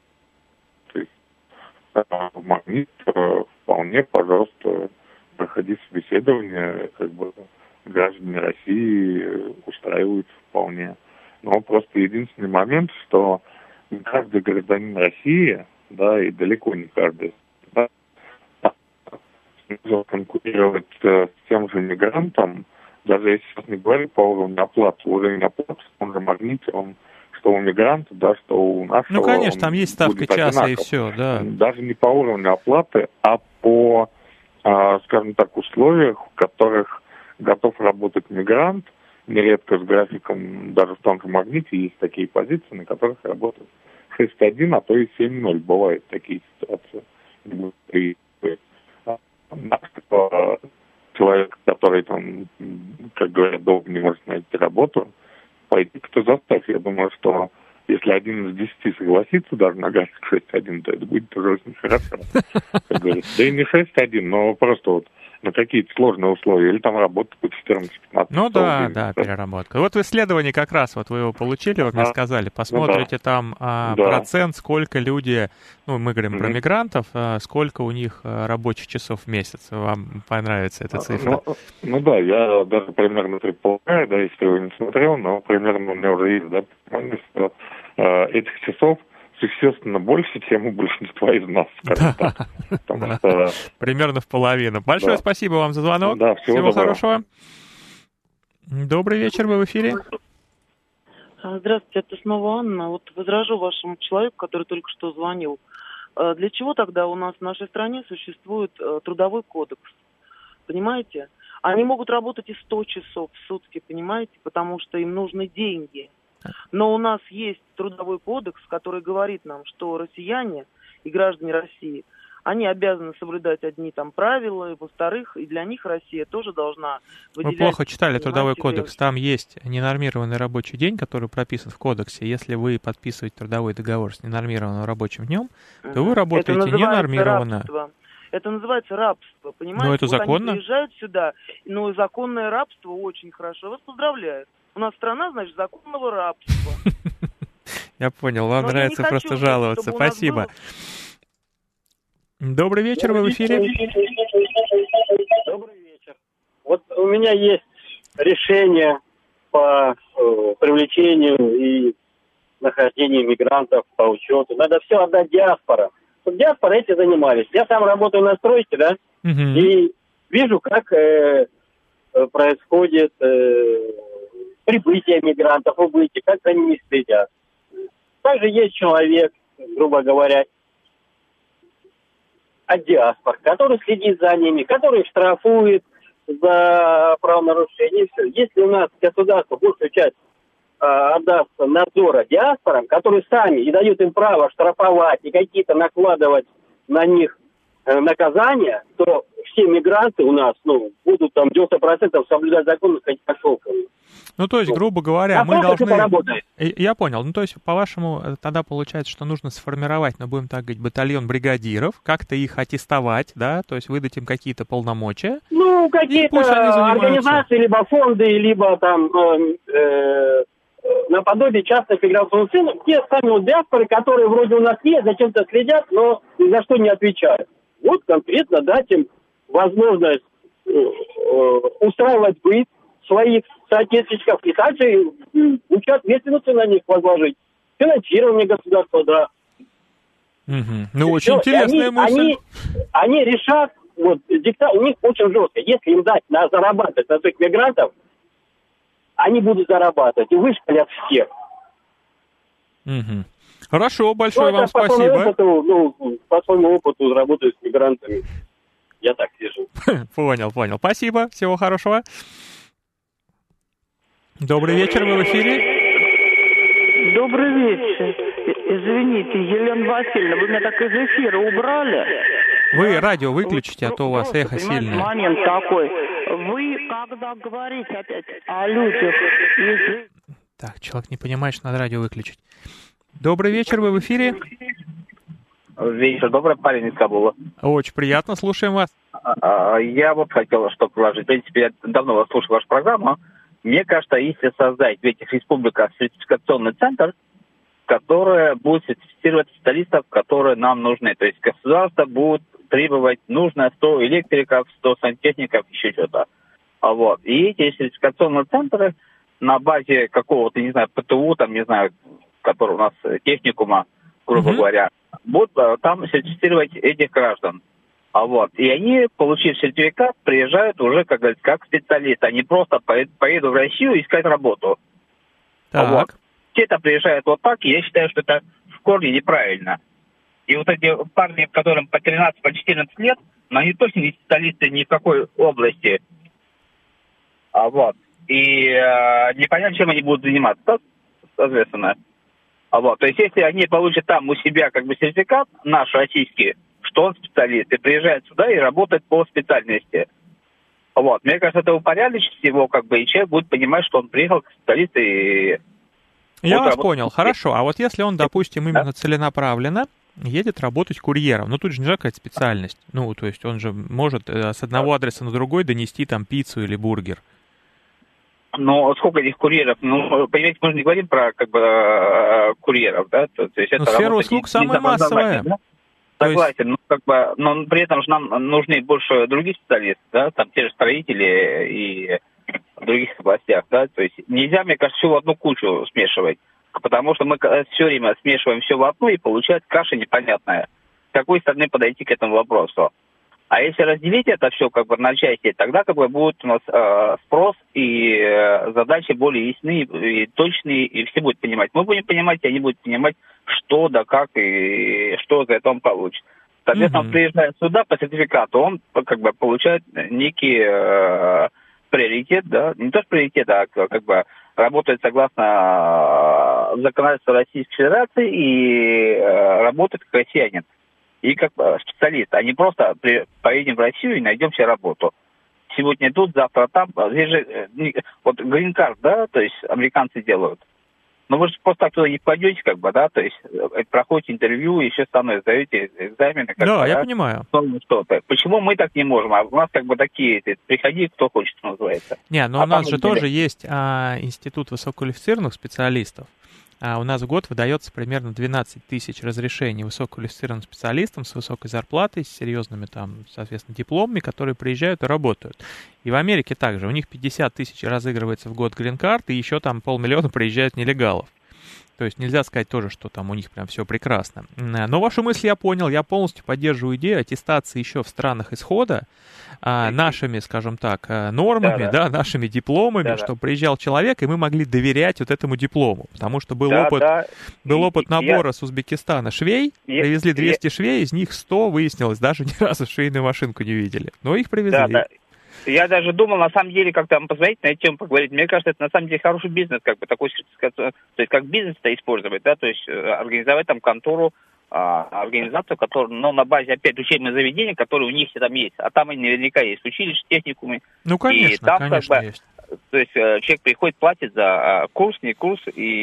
в Магнит вполне, пожалуйста, проходи собеседование, как бы граждане России устраиваются вполне. Но просто единственный момент, что не каждый гражданин России, да, и далеко не каждый, да, нужно конкурировать с тем же мигрантом, даже если сейчас не говорить по уровню оплаты, уровень оплаты, он же Магнит, он что у мигранта, да, что у нашего. Ну, конечно, там есть ставка часа одинаков. И все, да. Даже не по уровню оплаты, а по, а, скажем так, условиях, в которых готов работать мигрант, нередко с графиком, даже в том же Магните есть такие позиции, на которых работают шесть один, а то и семь ноль. Бывают такие ситуации. И человек, который там, как говорят, долго не может найти работу, пойти кто заставь. Я думаю, что если один из десяти согласится даже на график шесть один, то это будет уже очень хорошо. Как говорится. Да и не шесть один, но просто вот на какие-то сложные условия, или там работа по четырнадцать-пятнадцать. Ну да, да, переработка. Вот в исследовании как раз, вот вы его получили, вы мне а, сказали, посмотрите ну, да. там а, да. процент, сколько люди, ну мы говорим mm-hmm. про мигрантов, а, сколько у них а, рабочих часов в месяц. Вам понравится эта цифра? Ну, ну да, я даже примерно предполагаю, да, если вы не смотрел, но примерно у меня уже есть, да, понимание, что а, этих часов существенно больше, чем у большинства из нас, скажем да. так. Потому да. что... Примерно в половину. Большое да. спасибо вам за звонок. Да, всего, всего доброго. хорошего. Добрый вечер, вы в эфире. Здравствуйте, это снова Анна. Вот возражу вашему человеку, который только что звонил. Для чего тогда у нас в нашей стране существует трудовой кодекс? Понимаете? Они могут работать и сто часов в сутки, понимаете, потому что им нужны деньги. Но у нас есть трудовой кодекс, который говорит нам, что россияне и граждане России, они обязаны соблюдать одни там правила, и, во-вторых, и для них Россия тоже должна выделять... Вы плохо читали трудовой кодекс. Там есть ненормированный рабочий день, который прописан в кодексе. Если вы подписываете трудовой договор с ненормированным рабочим днем, то вы работаете ненормированно. Рабство. Это называется рабство, понимаете? Ну, это вот законно. Они приезжают сюда, но законное рабство очень хорошо. Вас поздравляю. У нас страна, значит, законного рабства. Я понял, вам нравится просто жаловаться. Спасибо. Добрый вечер, вы в эфире. Добрый вечер. Вот у меня есть решение по привлечению и нахождению мигрантов, по учету. Надо все отдать диаспора. Вот диаспора эти занимались. Я сам работаю на стройке, да, и вижу, как происходит... прибытие мигрантов, убытие, как за ними следят. Также есть человек, грубо говоря, от диаспор, который следит за ними, который штрафует за правонарушение. Все. Если у нас государство большую часть а, отдаст надзора диаспорам, которые сами и дают им право штрафовать и какие-то накладывать на них э, наказания, то все мигранты у нас ну, будут там девяносто процентов соблюдать закон, как пошел. Ну, то есть, грубо говоря, а мы должны... Я понял. Ну, то есть, по-вашему, тогда получается, что нужно сформировать, ну, будем так говорить, батальон бригадиров, как-то их аттестовать, да, то есть выдать им какие-то полномочия. Ну, какие-то организации, либо фонды, либо там э, э, наподобие частных федеральных центров, те сами вот диаспоры, которые вроде у нас есть, зачем-то следят, но ни за что не отвечают. Вот конкретно дать им возможность э, э, устраивать быт своих соотечественников и также учат ответственности на них возложить. Финансирование государства, да. Угу. Ну, очень все. Интересная они, мысль. Они, они решат, вот, дикта у них очень жестко. Если им дать на зарабатывать на своих мигрантов, они будут зарабатывать и вышкалят всех. Угу. Хорошо, большое ну, вам по спасибо. Опыту, ну, по своему опыту работаю с мигрантами. Я так вижу. Понял, понял. Спасибо, всего хорошего. Добрый вечер, вы в эфире. Добрый вечер. Извините, Елена Васильевна, вы меня так из эфира убрали? Вы радио выключите, а то у вас эхо сильное. Момент такой. Вы, когда говорите опять о людях из... Так, человек не понимает, что надо радио выключить. Добрый вечер, вы в эфире. Вечер, добрый, парень из Кабула. Очень приятно, слушаем вас. Я вот хотел что предложить. В принципе, я давно вас слушал вашу программу. Мне кажется, если создать в этих республиках сертификационный центр, который будет сертифицировать специалистов, которые нам нужны. То есть государство будет требовать нужно сто электриков, сто сантехников, еще что-то. Вот. И эти сертификационные центры на базе какого-то, не знаю, ПТУ, там, не знаю, который у нас техникума, грубо mm-hmm. говоря, будут там сертифицировать этих граждан. А вот. И они, получив сертификат, приезжают уже, как говорится, как специалисты. Они просто поедут в Россию искать работу. Так. Вот. Все-то приезжают вот так, и я считаю, что это в корне неправильно. И вот эти парни, которым по тринадцать, по четырнадцать лет, но они точно не специалисты ни в какой области. А вот. И э, непонятно, чем они будут заниматься, соответственно. А вот. То есть, если они получат там у себя как бы сертификат, наш российский, что он специалист, и приезжает сюда и работает по специальности. Вот. Мне кажется, это упорядочит его, как бы, и человек будет понимать, что он приехал как специалист и... Я вот вас понял, хорошо. А вот если он, допустим, именно да? целенаправленно едет работать курьером, ну тут же нельзя какая-то специальность. Ну, то есть он же может с одного адреса на другой донести там пиццу или бургер. Но сколько этих курьеров? Ну, понимаете, мы же не говорим про как бы курьеров, да? То, то есть это сфера услуг самая массовая. Да? Согласен, есть... но как бы, но при этом же нам нужны больше других специалистов, да, там те же строители и в других областях, да, то есть нельзя, мне кажется, все в одну кучу смешивать, потому что мы все время смешиваем все в одну, и получается каша непонятная. С какой стороны подойти к этому вопросу? А если разделить это все как бы на части, тогда как бы будет у нас э, спрос и э, задачи более ясны и точные, и все будут понимать. Мы будем понимать, и они будут понимать, что да как и что за это он получит. Соответственно, mm-hmm. он приезжает сюда по сертификату, он как бы получает некий э, приоритет, да, не то что приоритет, а как бы работает согласно законодательству Российской Федерации и э, работает как россиянин. И как специалист, а не просто при, поедем в Россию и найдем себе работу. Сегодня тут, завтра там. Здесь же вот грин-карт, да, то есть американцы делают. Но вы же просто так туда не пойдете, как бы, да, то есть проходите интервью, еще становитесь, сдаете экзамены. Как да, бы, я да? понимаю. Что-то. Почему мы так не можем? А у нас как бы такие, приходи, кто хочет, что называется. Не, но а у нас же деле... тоже есть а, институт высококвалифицированных специалистов. А у нас в год выдается примерно двенадцать тысяч разрешений высококвалифицированным специалистам с высокой зарплатой, с серьезными там, соответственно, дипломами, которые приезжают и работают. И в Америке также. У них пятьдесят тысяч разыгрывается в год грин-карт, и еще там полмиллиона приезжают нелегалов. То есть нельзя сказать тоже, что там у них прям все прекрасно. Но вашу мысль я понял, я полностью поддерживаю идею аттестации еще в странах исхода а, нашими, скажем так, нормами, да, да. Да, нашими дипломами, да, чтобы да. приезжал человек, и мы могли доверять вот этому диплому. Потому что был да, опыт, да. был опыт набора я... с Узбекистана швей, я... привезли двести я... швей, из них сто выяснилось, даже ни разу швейную машинку не видели. Но их привезли. Да, да. Я даже думал, на самом деле, как-то позвонить на эту тему поговорить. Мне кажется, это на самом деле хороший бизнес, как бы такой, то есть как бизнес-то использовать, да, то есть организовать там контору, а, организацию, которая, ну, на базе, опять, учебных заведений, которые у них все там есть. А там наверняка есть училища, техникумы. Ну, конечно, и там, конечно, как бы, есть. То есть человек приходит, платит за курс, не курс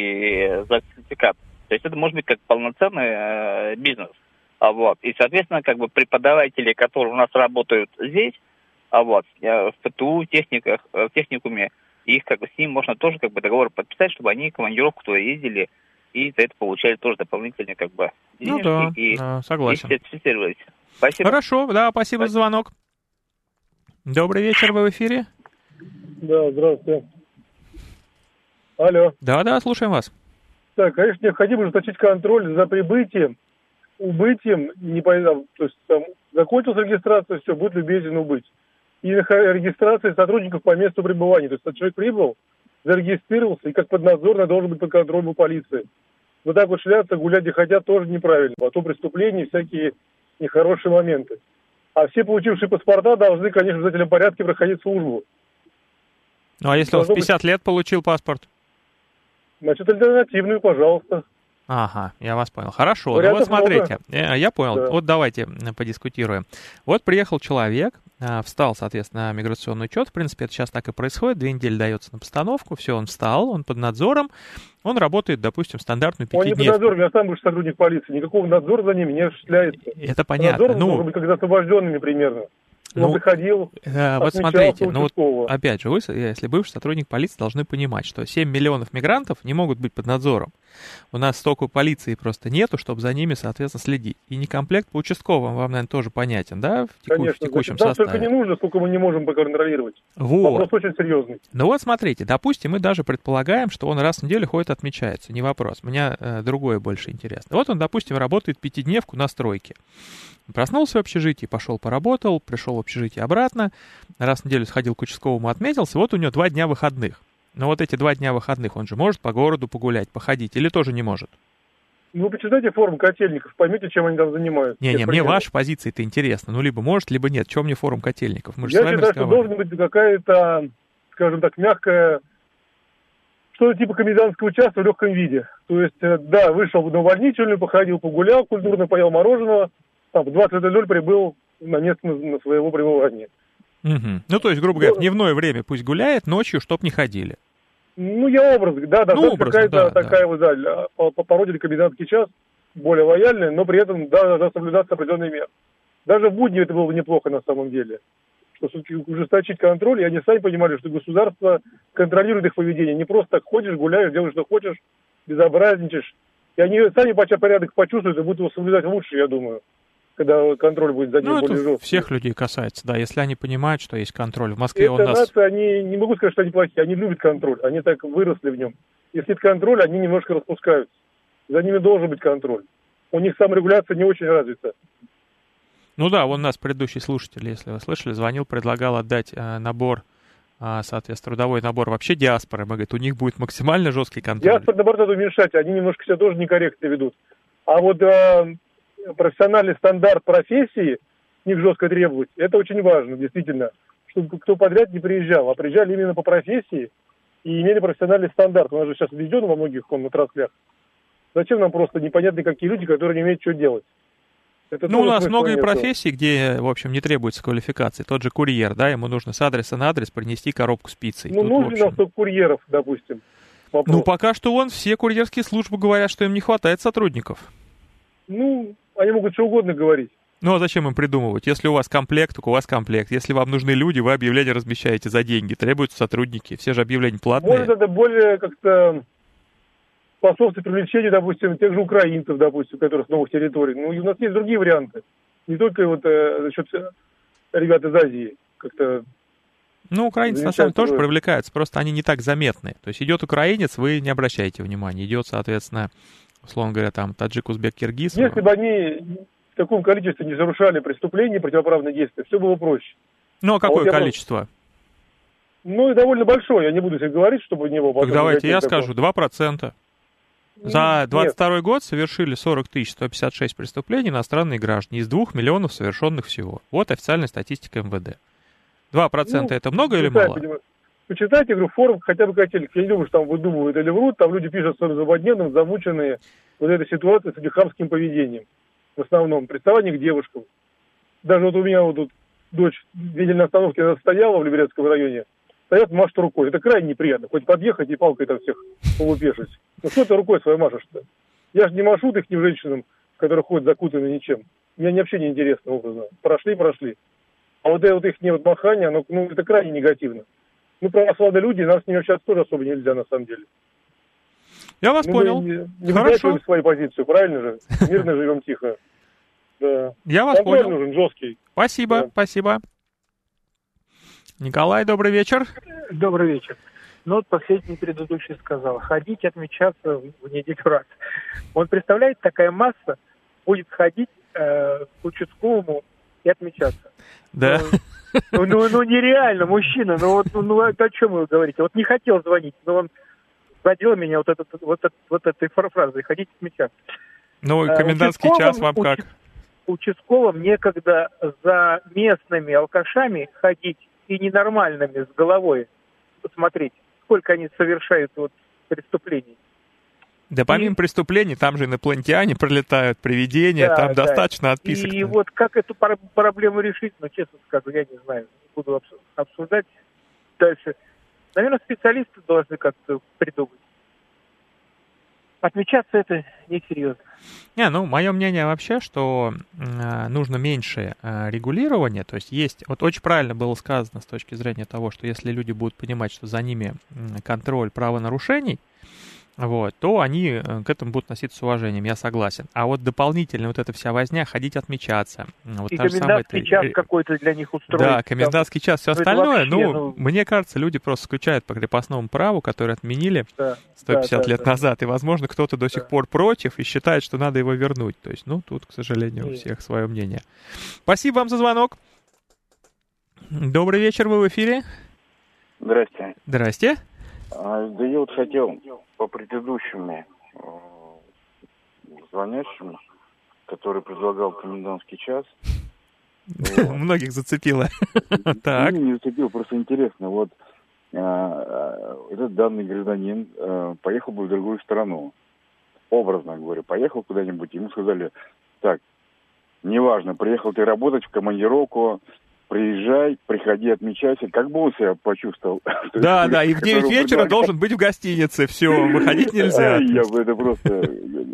и за сертификат. То есть это может быть как полноценный э, бизнес. А вот. И, соответственно, как бы преподаватели, которые у нас работают здесь, а вот, в ПТУ, в техниках, в техникуме, их как бы с ним можно тоже как бы договор подписать, чтобы они командировку туда ездили и за это получали тоже дополнительные как бы денежки. Ну да, и, да, согласен. И сертифицировались. Спасибо. Хорошо, да, спасибо, спасибо за звонок. Добрый вечер, вы в эфире. Да, здравствуйте. Алло. Да, да, слушаем вас. Так, конечно, необходимо ужесточить контроль за прибытием, убытием, не то есть там закончилась регистрация, все, будь любезен убыть. И регистрация сотрудников по месту пребывания. То есть этот человек прибыл, зарегистрировался, и как поднадзорный должен быть под контролем у полиции. Вот так вот шляться, гулять где хотят, тоже неправильно. А то преступления, всякие нехорошие моменты. А все, получившие паспорта, должны, конечно, в обязательном порядке проходить службу. Ну а если он в пятьдесят лет получил паспорт? Значит, альтернативную, пожалуйста. Ага, я вас понял. Хорошо, ну вот смотрите, много. Я понял, да. Вот давайте подискутируем. Вот приехал человек, встал, соответственно, на миграционный учет, в принципе, это сейчас так и происходит, две недели дается на постановку, все, он встал, он под надзором, он работает, допустим, стандартную пятидневку. Он не под надзором, я сам бывший сотрудник полиции, никакого надзора за ними не осуществляется. Это понятно. Надзор ну, должен быть как за освобожденными примерно. Он Ну, приходил, э, вот отмечал смотрите, ну вот участкового. опять же, вы, если бывший сотрудник полиции, должны понимать, что семь миллионов мигрантов не могут быть под надзором. У нас столько полиции просто нету, чтобы за ними, соответственно, следить. И некомплект по участковым вам, наверное, тоже понятен, да, в, теку- Конечно, в текущем нам составе? столько не нужно, сколько мы не можем поконтролировать. Вот. Вопрос очень серьезный. Ну вот смотрите, допустим, мы даже предполагаем, что он раз в неделю ходит, отмечается, не вопрос. Меня э, другое больше интересно. Вот он, допустим, работает пятидневку на стройке. Проснулся в общежитии, пошел поработал, пришел в общежитие обратно, раз в неделю сходил к участковому, отметился, вот у него два дня выходных. Но вот эти два дня выходных он же может по городу погулять, походить, или тоже не может? Ну, почитайте форум Котельников, поймите, чем они там занимаются. Не-не, Без мне примеров. ваша позиция-то интересна. Ну, либо может, либо нет. Чем мне форум Котельников? Мы же Я с вами считаю, что разговариваем. должна быть какая-то, скажем так, мягкая, что-то типа комендантского часа в легком виде. То есть, э, да, вышел на увольнительную, походил, погулял, культурно поел мороженого, там, в двадцать ноль прибыл на место на, на своего пребывания. Угу. Ну, то есть, грубо говоря, в дневное время пусть гуляет, ночью, чтоб не ходили. Ну, я образ, да, да, Ну, ну, образно, какая-то да, такая вот, да, по, по породе комендантский час, более лояльная, но при этом, да, должна соблюдаться определенные меры. Даже в будни это было бы неплохо на самом деле. Что все-таки ужесточить контроль, и они сами понимали, что государство контролирует их поведение. Не просто так ходишь, гуляешь, делаешь, что хочешь, безобразничаешь. И они сами почти порядок почувствуют и будут его соблюдать лучше, я думаю, когда контроль будет за ним Ну, более это жесткий. всех людей касается, да, если они понимают, что есть контроль. В Москве Это у нас... нация, они, не могу сказать, что они плохие, они любят контроль, они так выросли в нем. Если это контроль, они немножко распускаются. За ними должен быть контроль. У них саморегуляция не очень развита. Ну да, вон нас предыдущий слушатель, если вы слышали, звонил, предлагал отдать э, набор, э, соответственно, трудовой набор вообще диаспоры. Мы, говорит, у них будет максимально жесткий контроль. Диаспор, наоборот, надо уменьшать, они немножко себя тоже некорректно ведут. А вот э, профессиональный стандарт профессии, с них жестко требовать, это очень важно, действительно. Чтобы кто подряд не приезжал, а приезжали именно по профессии и имели профессиональный стандарт. У нас же сейчас введен во многих отраслях. Зачем нам просто непонятные какие люди, которые не умеют что делать? Это Ну, у нас смысла много и нету. профессий, где, в общем, не требуется квалификации. Тот же курьер, да, ему нужно с адреса на адрес принести коробку с пиццей. Ну, Тут, нужно в общем... нам столько курьеров, допустим. Вопрос. Ну, пока что вон все курьерские службы говорят, что им не хватает сотрудников. Ну, они могут что угодно говорить. Ну, а зачем им придумывать? Если у вас комплект, так у вас комплект. Если вам нужны люди, вы объявления размещаете за деньги. Требуются сотрудники. Все же объявления платные. Может, это более как-то способствует привлечению, допустим, тех же украинцев, допустим, которые с новых территорий. Ну, и у нас есть другие варианты. Не только вот э, за счет ребят из Азии как-то... Ну, украинцы на самом деле тоже Замечательно. привлекаются, просто они не так заметны. То есть идет украинец, вы не обращаете внимания. Идет, соответственно, условно говоря, там таджик, узбек, киргиз. Если бы они в таком количестве не совершали преступления, противоправные действия, все было проще. Ну, а какое вот я количество? Ну, и довольно большое. Я не буду себе говорить, чтобы не было... Так потом давайте я негатива такого. скажу, два процента. За Нет. двадцать второй год совершили сорок тысяч сто пятьдесят шесть преступлений иностранные граждане из двух миллионов совершенных всего. Вот официальная статистика эм вэ дэ. два процента Ну, это много или вы сами мало? понимаете. Почитайте, говорю, форум хотя бы Котельников. Я не думаю, что там выдумывают или врут. Там люди пишут своим злободневным, замученные вот этой ситуацией с этим хамским поведением. В основном. Приставание к девушкам. Даже вот у меня вот тут дочь две недели на остановке стояла в Люберецком районе. Стоят, машут рукой. Это крайне неприятно. Хоть подъехать и палкой там всех полупешить. Ну что ты рукой своей машешь-то? Я же не машу их таким женщинам, которые ходят закутаны ничем. Мне вообще не интересно образно. Прошли, прошли. А вот это вот их не вот махание, оно, ну, это крайне негативно. Мы православные люди, нам с ними общаться тоже особо нельзя, на самом деле. Я вас ну, понял. Мы не, не Хорошо. свою позицию, правильно же? Мирно живем тихо. Да. Я вас Контроль понял. нужен жесткий. Спасибо, Да. спасибо. Николай, добрый вечер. Добрый вечер. Ну, вот последний предыдущий сказал, ходить, отмечаться в, в неделю раз. Он представляет, такая масса будет ходить э, к участковому и отмечаться. Да. Ну, ну, ну нереально, мужчина, ну вот ну, ну, это о чем вы говорите? Вот не хотел звонить, но он задел меня вот, этот, вот, этот, вот этой фразой, ходить отмечаться. Ну, Э, комендантский час вам участковым- как? Участковым некогда за местными алкашами ходить и ненормальными с головой посмотреть, сколько они совершают вот преступлений. Да помимо преступлений, там же инопланетяне пролетают, привидения, Да, там да. достаточно отписок. И вот как эту пар- проблему решить, ну, честно скажу, я не знаю. Не буду обс- обсуждать дальше. Наверное, специалисты должны как-то придумать. отмечаться это несерьезно. Не, ну, мое мнение вообще, что э, нужно меньше э, регулирования, то есть есть, вот очень правильно было сказано с точки зрения того, что если люди будут понимать, что за ними контроль правонарушений, вот, то они к этому будут относиться с уважением, я согласен. А вот дополнительно вот эта вся возня, ходить отмечаться. Вот и комендантский час какой-то для них устроить. Да, комендантский там, час, все остальное. Вообще, ну, ну, мне кажется, люди просто скучают по крепостному праву, которое отменили да, сто пятьдесят да, лет да, назад. Да. И, возможно, кто-то до сих да. пор против и считает, что надо его вернуть. То есть, ну, тут, к сожалению, у всех свое мнение. Спасибо вам за звонок. Добрый вечер, вы в эфире. Здрасте. Здрасте. А, да я вот хотел по предыдущему э, звонящему, который предлагал комендантский час. Многих зацепило. Так. Не зацепило, просто интересно. Вот этот данный гражданин поехал бы в другую страну. Образно говорю, поехал куда-нибудь, ему сказали, так, неважно, приехал ты работать в командировку, приезжай, приходи, отмечайся. Как бы он себя почувствовал? Да, да, и в девять вечера должен быть в гостинице. Все, выходить нельзя. Я бы это просто...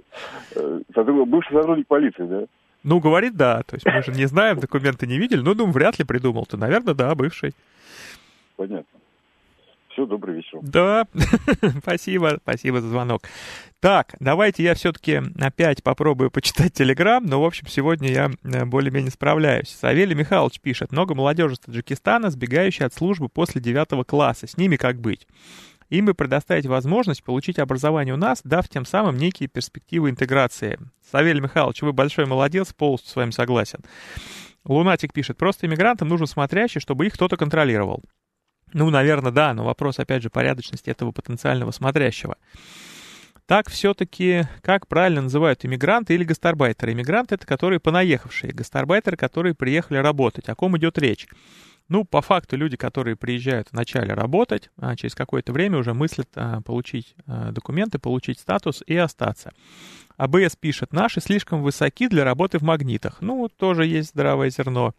Бывший сотрудник полиции, да? Ну, говорит, да. То есть мы же не знаем, документы не видели. Ну, думаю, вряд ли придумал-то. Наверное, да, бывший. Понятно. Все, добрый вечер. Да, спасибо, спасибо за звонок. Так, давайте я все-таки опять попробую почитать Телеграм, но, в общем, сегодня я более-менее справляюсь. Савелий Михайлович пишет, много молодежи из Таджикистана, сбегающей от службы после девятого класса. С ними как быть? Им бы предоставить возможность получить образование у нас, дав тем самым некие перспективы интеграции. Савелий Михайлович, вы большой молодец, полностью с вами согласен. Лунатик пишет, просто иммигрантам нужен смотрящий, чтобы их кто-то контролировал. Ну, наверное, да, но вопрос, опять же, порядочности этого потенциального смотрящего. Так все-таки, как правильно называют иммигранты или гастарбайтеры? Иммигранты — это которые понаехавшие, гастарбайтеры, которые приехали работать. О ком идет речь? Ну, по факту люди, которые приезжают вначале работать, а через какое-то время уже мыслят а, получить а, документы, получить статус и остаться. АБС пишет, наши слишком высоки для работы в магнитах. Ну, тоже есть здравое зерно.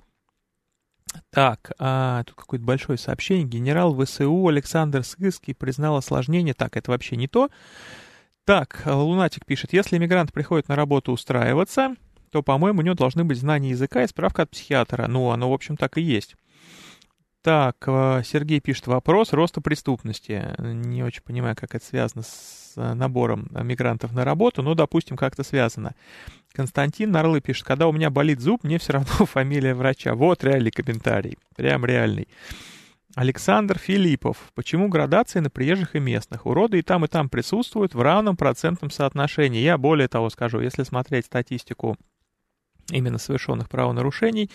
Так, а, тут какое-то большое сообщение. Генерал ВСУ Александр Сырский признал осложнение. Так, это вообще не то. Так, Лунатик пишет, если иммигрант приходит на работу устраиваться, то, по-моему, у него должны быть знания языка и справка от психиатра. Ну, оно, в общем, так и есть. Так, Сергей пишет, вопрос роста преступности. Не очень понимаю, как это связано с набором мигрантов на работу, но, допустим, как-то связано. Константин Нарлы пишет, когда у меня болит зуб, мне все равно фамилия врача. Вот реальный комментарий, прям реальный. Александр Филиппов. Почему градация на приезжих и местных? Уроды и там, и там присутствуют в равном процентном соотношении. Я более того скажу, если смотреть статистику именно совершенных правонарушений,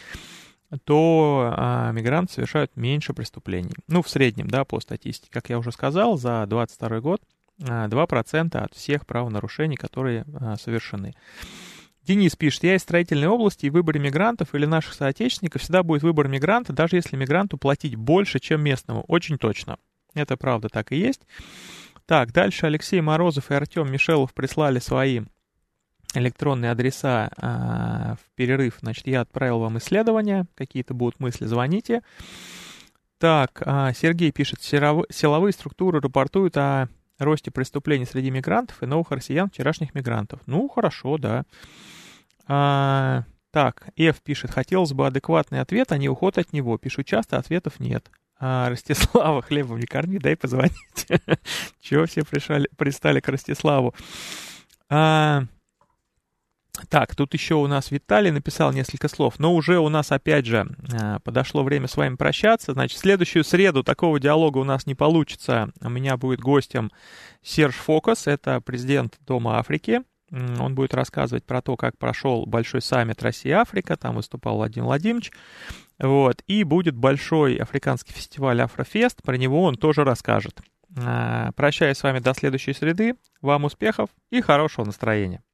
то а, мигранты совершают меньше преступлений. Ну, в среднем, да, по статистике. Как я уже сказал, за двадцать второй год а, два процента от всех правонарушений, которые а, совершены. Денис пишет, я из строительной области, и в выборе мигрантов или наших соотечественников всегда будет выбор мигранта, даже если мигранту платить больше, чем местному. Очень точно. Это правда так и есть. Так, дальше Алексей Морозов и Артем Мишелов прислали свои электронные адреса а, в перерыв. Значит, я отправил вам исследования. Какие-то будут мысли, звоните. Так, а, Сергей пишет, силовые структуры рапортуют о росте преступлений среди мигрантов и новых россиян, вчерашних мигрантов. Ну, хорошо, да. А, так, Ф пишет, хотелось бы адекватный ответ, а не уход от него. Пишу часто, ответов нет. А, Ростислава, хлебом не корми, дай позвонить. Чего все пристали к Ростиславу? А, Так, тут еще у нас Виталий написал несколько слов, но уже у нас опять же подошло время с вами прощаться. Значит, в следующую среду такого диалога у нас не получится. У меня будет гостем Серж Фокас, это президент Дома Африки. Он будет рассказывать про то, как прошел большой саммит Россия-Африка, там выступал Владимир Владимирович. Вот, и будет большой африканский фестиваль Афрофест, про него он тоже расскажет. Прощаюсь с вами до следующей среды. Вам успехов и хорошего настроения.